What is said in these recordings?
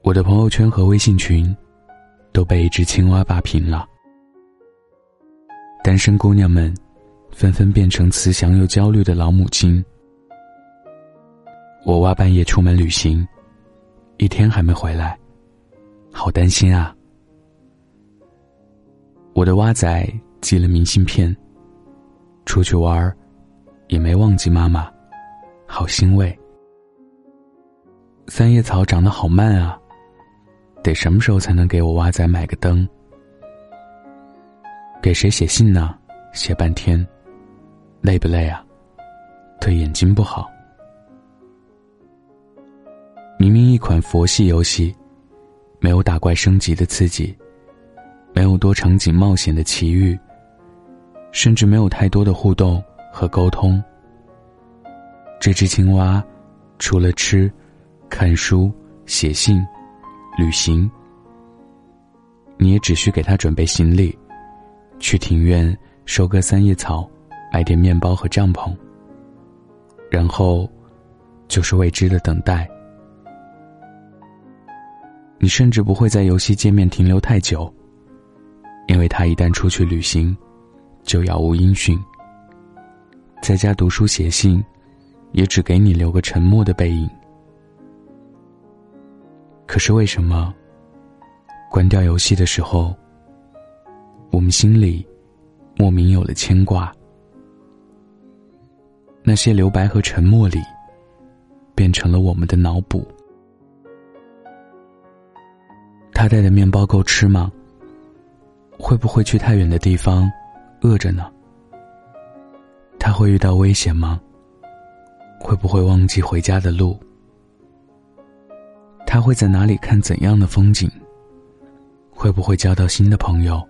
我的朋友圈和微信群都被一只青蛙霸屏了。单身姑娘们纷纷变成慈祥又焦虑的老母亲。我蛙半夜出门旅行，1天还没回来，好担心啊。我的蛙仔寄了明信片，出去玩也没忘记妈妈，好欣慰。三叶草长得好慢啊，得什么时候才能给我蛙仔买个灯？给谁写信呢？写半天，累不累啊？对眼睛不好。明明一款佛系游戏，没有打怪升级的刺激，没有多场景冒险的奇遇，甚至没有太多的互动和沟通。这只青蛙除了吃、看书、写信、旅行，你也只需给它准备行李，去庭院收割三叶草，买点面包和帐篷，然后就是未知的等待。你甚至不会在游戏界面停留太久，因为它一旦出去旅行就杳无音讯，在家读书写信也只给你留个沉默的背影。可是为什么关掉游戏的时候，我们心里莫名有了牵挂？那些留白和沉默里变成了我们的脑补。他带的面包够吃吗？会不会去太远的地方饿着呢？他会遇到危险吗？会不会忘记回家的路？他会在哪里看怎样的风景？会不会交到新的朋友？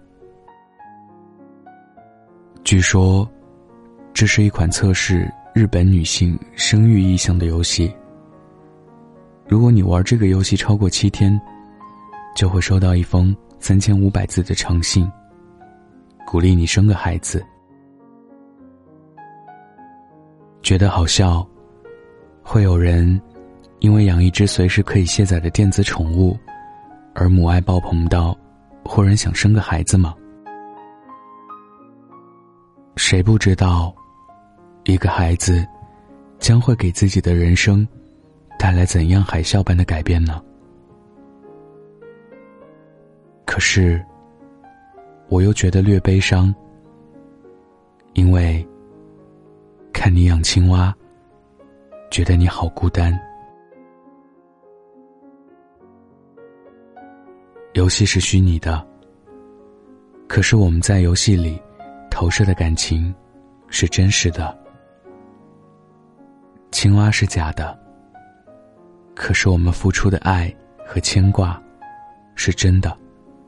据说这是一款测试日本女性生育意向的游戏。如果你玩这个游戏超过7天，就会收到一封3500字的长信，鼓励你生个孩子。觉得好笑，会有人因为养一只随时可以卸载的电子宠物而母爱爆棚到忽然想生个孩子吗？谁不知道一个孩子将会给自己的人生带来怎样海啸般的改变呢？可是我又觉得略悲伤，因为看你养青蛙，觉得你好孤单。游戏是虚拟的，可是我们在游戏里投射的感情是真实的。青蛙是假的，可是我们付出的爱和牵挂是真的。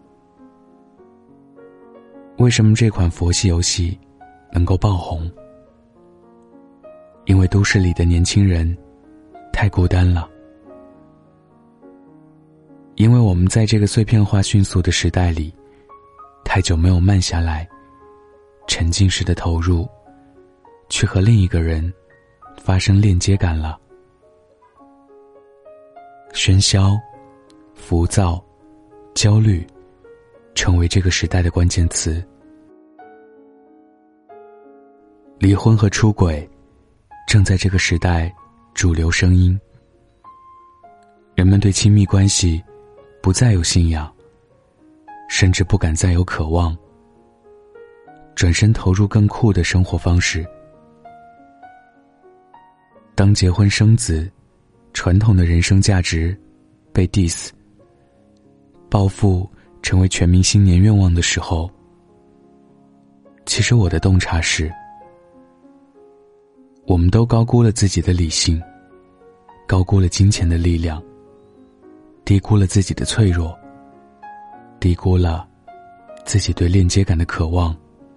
为什么这款佛系游戏能够爆红？因为都市里的年轻人太孤单了。因为我们在这个碎片化迅速的时代里，太久没有慢下来，沉浸式的投入，去和另一个人发生链接感了。喧嚣、浮躁、焦虑成为这个时代的关键词。离婚和出轨正在这个时代主流声音。人们对亲密关系不再有信仰，甚至不敢再有渴望，转身投入更酷的生活方式。当结婚生子，传统的人生价值被 diss， 暴富成为全民新年愿望的时候，其实我的洞察是，我们都高估了自己的理性，高估了金钱的力量，低估了自己的脆弱，低估了自己对链接感的渴望。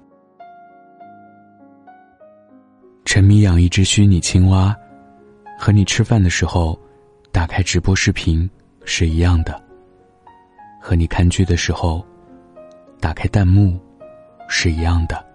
沉迷养一只虚拟青蛙，和你吃饭的时候打开直播视频是一样的，和你看剧的时候打开弹幕是一样的。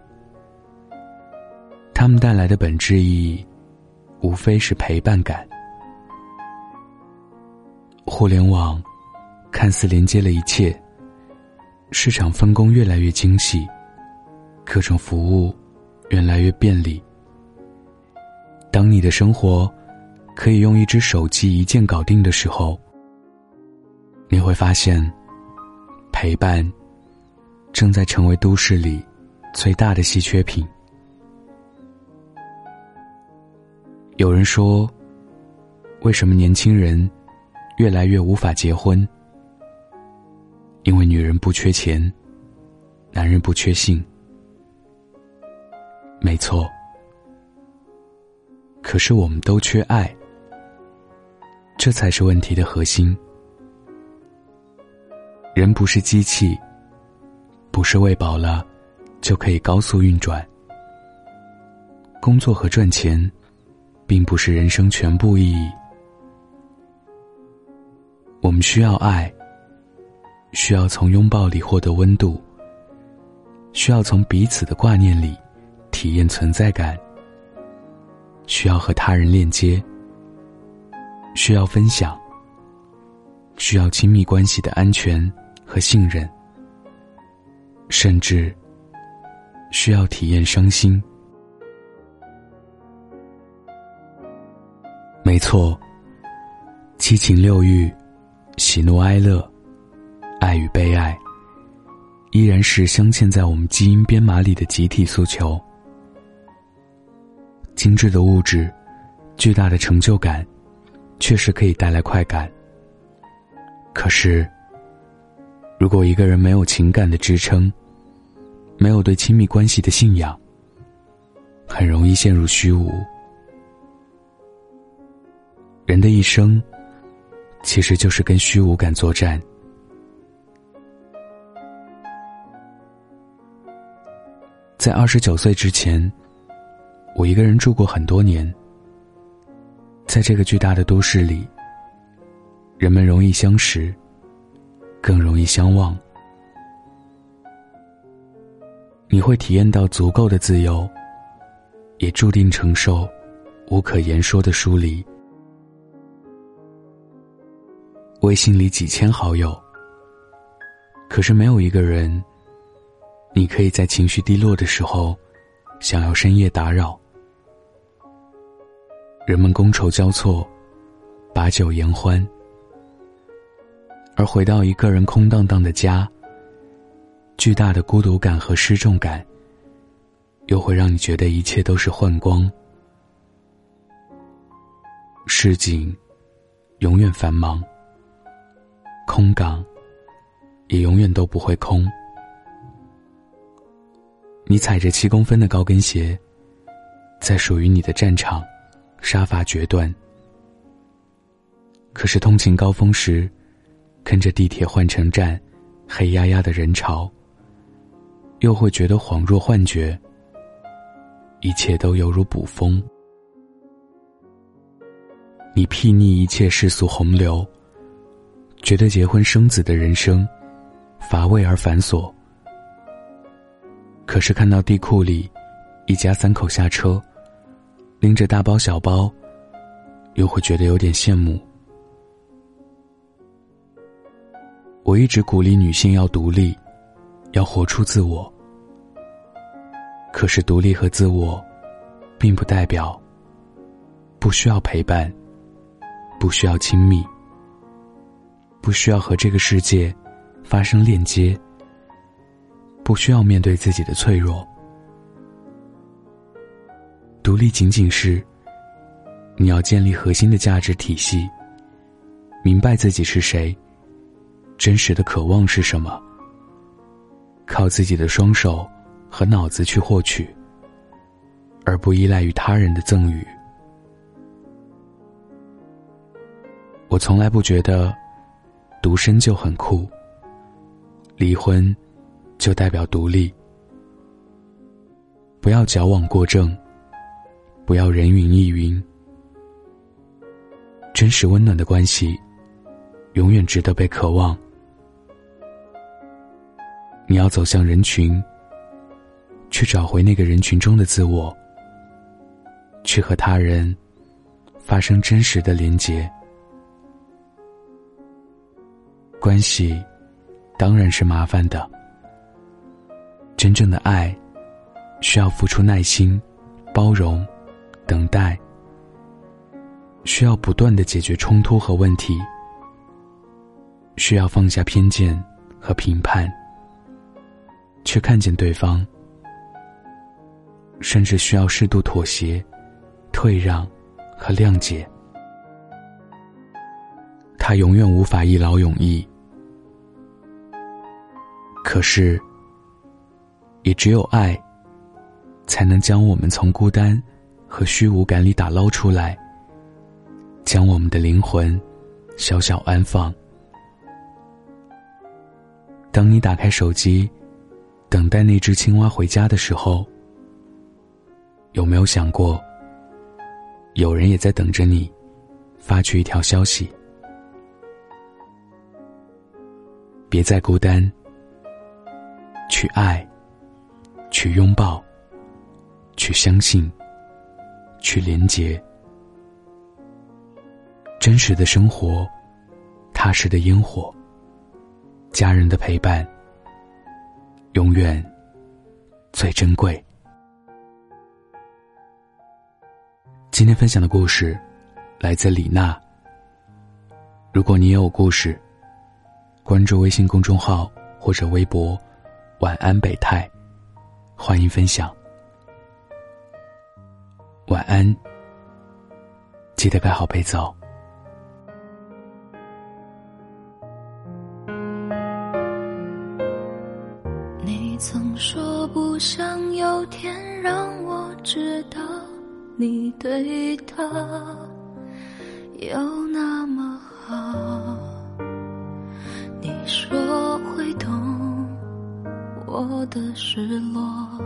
它们带来的本质意义无非是陪伴感。互联网看似连接了一切，市场分工越来越精细，各种服务越来越便利。当你的生活可以用一只手机一键搞定的时候，你会发现，陪伴正在成为都市里最大的稀缺品。有人说，为什么年轻人越来越无法结婚？因为女人不缺钱，男人不缺性。没错，可是我们都缺爱，这才是问题的核心。人不是机器，不是喂饱了就可以高速运转。工作和赚钱并不是人生全部意义。我们需要爱，需要从拥抱里获得温度，需要从彼此的挂念里体验存在感，需要和他人链接，需要分享，需要亲密关系的安全和信任，甚至需要体验伤心。没错，七情六欲，喜怒哀乐，爱与被爱，依然是镶嵌在我们基因编码里的集体诉求。精致的物质，巨大的成就感，确实可以带来快感。可是，如果一个人没有情感的支撑，没有对亲密关系的信仰，很容易陷入虚无。人的一生其实就是跟虚无感作战。在29岁之前，我一个人住过很多年。在这个巨大的都市里，人们容易相识，更容易相忘。你会体验到足够的自由，也注定承受无可言说的疏离。微信里几千好友，可是没有一个人你可以在情绪低落的时候想要深夜打扰。人们觥筹交错，把酒言欢，而回到一个人空荡荡的家，巨大的孤独感和失重感又会让你觉得一切都是幻光。市井永远繁忙，空港也永远都不会空。你踩着7公分的高跟鞋，在属于你的战场杀伐决断。可是通勤高峰时，跟着地铁换乘站黑压压的人潮，又会觉得恍若幻觉，一切都犹如捕风。你睥睨一切世俗洪流，觉得结婚生子的人生乏味而繁琐。可是看到地库里一家3口下车，拎着大包小包，又会觉得有点羡慕。我一直鼓励女性要独立，要活出自我。可是独立和自我并不代表不需要陪伴，不需要亲密，不需要和这个世界发生链接，不需要面对自己的脆弱。独立仅仅是你要建立核心的价值体系，明白自己是谁，真实的渴望是什么，靠自己的双手和脑子去获取，而不依赖于他人的赠予。我从来不觉得独身就很酷，离婚就代表独立。不要矫枉过正，不要人云亦云。真实温暖的关系永远值得被渴望。你要走向人群，去找回那个人群中的自我，去和他人发生真实的连结。 关系当然是麻烦的。真正的爱需要付出耐心、包容、等待，需要不断地解决冲突和问题，需要放下偏见和评判，去看见对方，甚至需要适度妥协、退让和谅解。他永远无法一劳永逸，可是也只有爱才能将我们从孤单和虚无感里打捞出来，将我们的灵魂小小安放。当你打开手机等待那只青蛙回家的时候，有没有想过有人也在等着你发去一条消息？别再孤单，去爱，去拥抱，去相信，去连结。真实的生活，踏实的烟火，家人的陪伴，永远最珍贵。今天分享的故事来自李娜。如果你也有故事，关注微信公众号或者微博晚安北泰，欢迎分享。晚安，记得盖好被子哦。 你曾说不想有天让我知道你对他有那么好，你说会懂我的失落，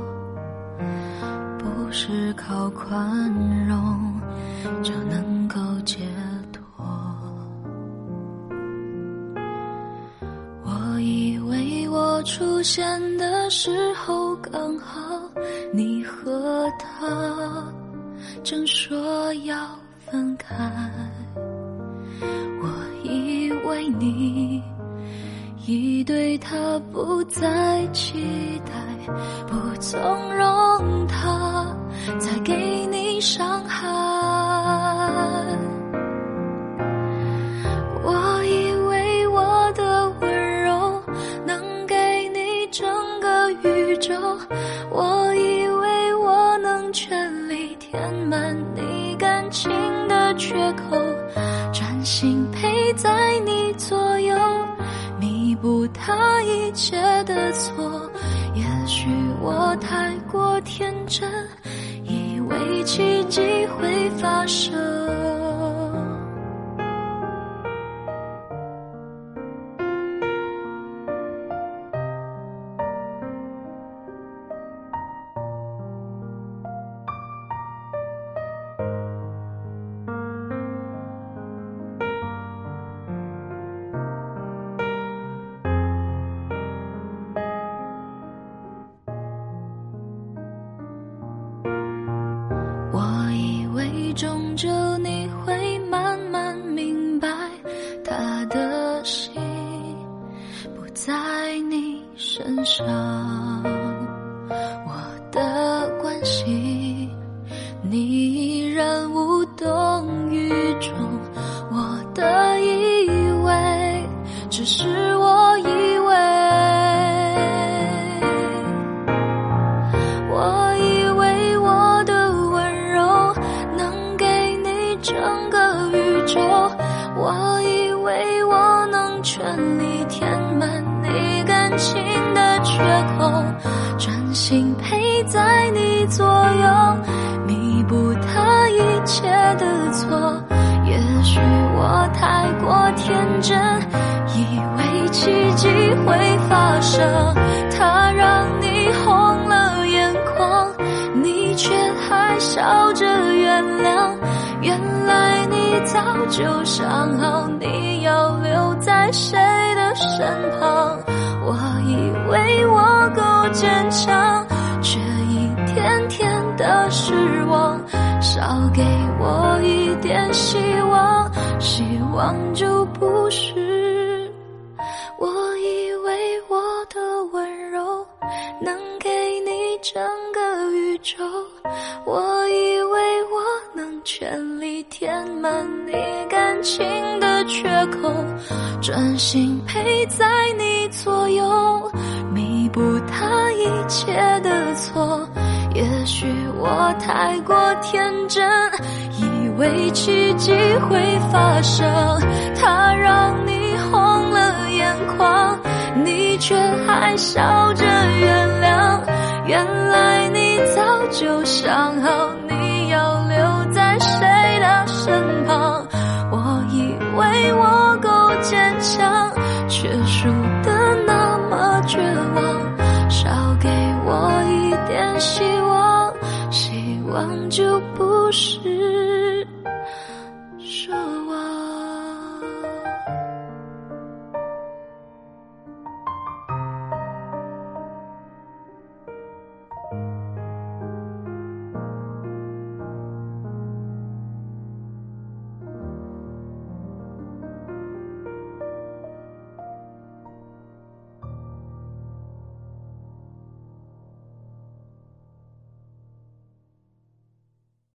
不是靠宽容就能够解脱。我以为我出现的时候刚好你和他正说要分开，我以为你已对他不再期待，不纵容他再给你伤害。我以为我的温柔能给你整个宇宙，我以为我能全力填满你感情的缺口，专心陪在你左右，弥补他一切的错。也许我太过天真，以为奇迹会发生。终究你会慢慢明白，他的心不在你身上，我的关系你依然无动于衷，我的以为只是我以为，我以为我的温柔能给你整个宇宙，我以为我能全力填满你感情的缺口，专心陪在你左右，弥补他一切的错。也许我太过天真，以为奇迹会发生，他让你红了眼眶，你却还笑着原谅。原来你早就想好你要留在谁的身旁，我以为我够坚强，却一天天的失望，少给我一点希望，希望就不是能给你整个宇宙。我以为我能全力填满你感情的缺口，专心陪在你左右，弥补他一切的错。也许我太过天真，以为奇迹会发生，他让你红了眼眶，你却还笑着原谅。原来你早就想好